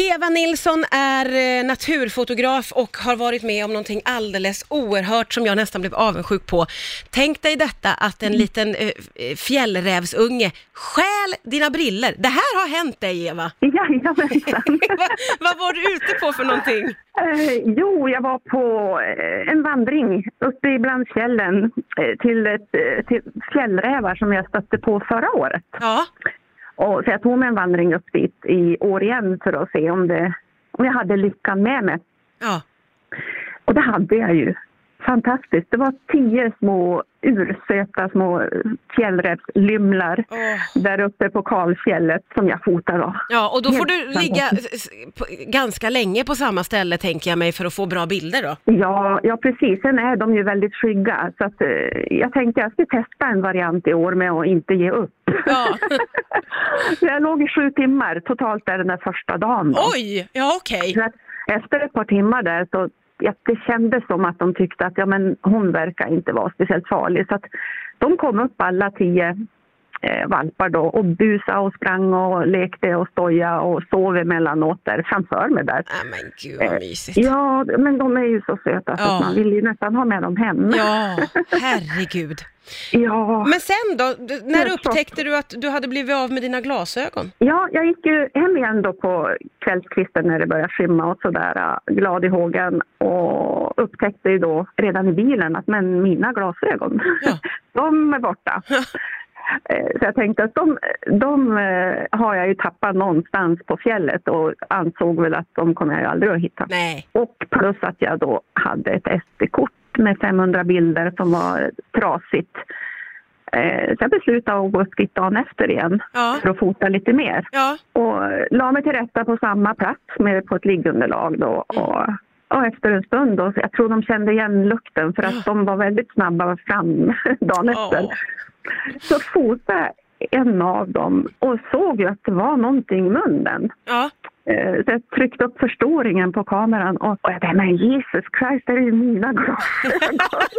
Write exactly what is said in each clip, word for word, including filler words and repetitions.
Eva Nilsson är naturfotograf och har varit med om någonting alldeles oerhört som jag nästan blev avundsjuk på. Tänk dig detta att en liten eh, fjällrävsunge stjäl dina briller. Det här har hänt dig, Eva. Jajamensan. Va, vad var du ute på för någonting? Eh, jo, jag var på eh, en vandring uppe i bland fjällen eh, till, ett, eh, till fjällrävar som jag stötte på förra året. Ja. Och så jag tog mig en vandring upp dit i år igen för att se om, det, om jag hade lyckan med mig. Ja. Och det hade jag ju. Fantastiskt. Det var tio små ursöta små fjällrävslymlar oh. där uppe på Kalfjället som jag fotade. Ja, och då får du ligga ganska länge på samma ställe, tänker jag mig, för att få bra bilder då. Ja, ja precis. Sen är de ju väldigt skygga. Så att, eh, jag tänkte jag skulle testa en variant i år med att inte ge upp. Ja. Jag låg i sju timmar totalt där den där första dagen. Då. Oj, ja okej. Okay. Efter ett par timmar där så ja, det kändes som att de tyckte att ja, men hon verkar inte vara speciellt farlig. Så att de kom upp alla tio eh, valpar då och busade och sprang och lekte och stoja och sov emellanåt där framför mig där. Ja, men gud vad mysigt. Eh, ja, men de är ju så söta så ja. att man vill ju nästan ha med dem hem. Ja, herregud. Ja. Men sen då, när upptäckte du att du hade blivit av med dina glasögon? Ja, jag gick ju hem igen då på kvällskvisten när det började skymma och sådär, glad i hågen, och upptäckte ju då redan i bilen att men mina glasögon, ja. de är borta. Ja. Så jag tänkte att de, de har jag ju tappat någonstans på fjället och ansåg väl att de kommer jag ju aldrig att hitta. Nej. Och plus att jag då hade ett S D-kort med femhundra bilder som var trasigt. Så jag beslutade att gå ett skritt dagen efter igen ja. för att fota lite mer. Ja. Och la mig till rätta på samma plats med på ett liggunderlag då. Mm. Och, och efter en stund då, så jag tror de kände igen lukten för att ja. de var väldigt snabba fram dagen oh. efter. Så fotade en av dem och såg ju att det var någonting i munnen. Ja. Så jag tryckte upp förstoringen på kameran och, och jag tänkte, men Jesus Christ, det är ju mina glasögon.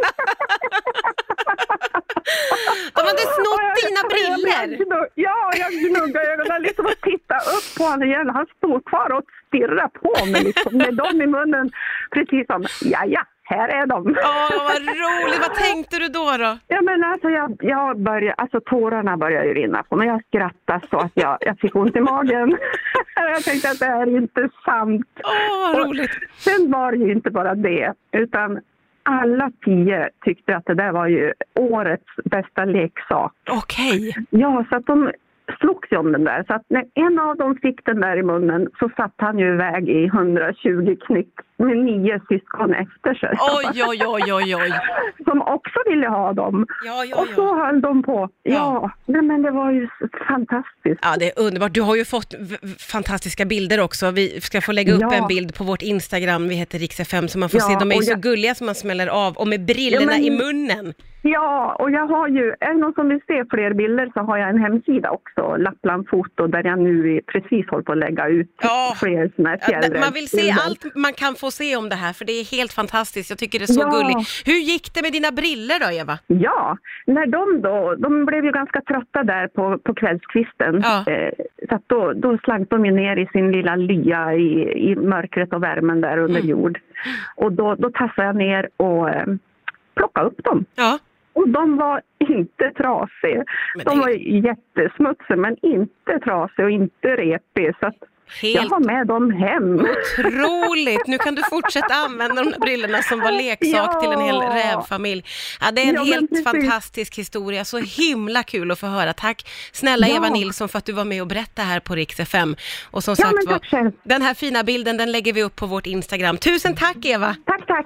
De hade snott dina briller. Ja, jag gnuggade ögonen liksom och tittade upp på honom igen. Han stod kvar och stirrade på mig liksom, med dem i munnen. Precis som, ja ja. Här är de. Åh, vad roligt. Vad tänkte du då då? Ja, men alltså, jag, jag började, alltså tårarna började ju rinna på mig. Jag skrattade så att jag, jag fick ont i magen. Jag tänkte att det här är inte sant. Åh, vad roligt. Och sen var det ju inte bara det, utan alla tio tyckte att det där var ju årets bästa leksak. Okej. Okay. Ja, så att de slogs ju om den där. Så att när en av dem fick den där i munnen så satt han ju iväg i hundratjugo knyck med nio syskon efter sig. Oj, oj, oj, oj, oj. Som också ville ha dem. Ja, ja, och så ja. höll de på. Ja, ja. Nej, men det var ju fantastiskt. Ja, det är underbart. Du har ju fått v- fantastiska bilder också. Vi ska få lägga upp ja. en bild på vårt Instagram. Vi heter Rix F M, så man får ja, se. De är ju så jag... gulliga som man smäller av. Och med brillorna ja, men... i munnen. Ja, och jag har ju, är det någon som vill se fler bilder så har jag en hemsida också, Lappland Foto, där jag nu precis håller på att lägga ut ja. fler såna här fjällräv. Man vill se allt man kan få se om det här, för det är helt fantastiskt. Jag tycker det är så ja. gulligt. Hur gick det med dina briller då, Eva? Ja, när de då, de blev ju ganska trötta där på, på kvällskvisten. Ja. Eh, så att då, då slank de ju ner i sin lilla lya i, i mörkret och värmen där under mm. jord. Och då, då tassade jag ner och eh, plockade upp dem. Ja. Och de var inte trasiga. Det... De var jättesmutsiga men inte trasiga och inte repiga. Så att helt... jag har med dem hem. Otroligt! Nu kan du fortsätta använda de där brillorna som var leksak ja. till en hel rävfamilj. Ja, det är en ja, helt fantastisk historia. Så himla kul att få höra. Tack snälla ja. Eva Nilsson för att du var med och berättade här på Rix F M. Och som ja, sagt var, var, den här fina bilden, den lägger vi upp på vårt Instagram. Tusen tack, Eva! Tack, tack!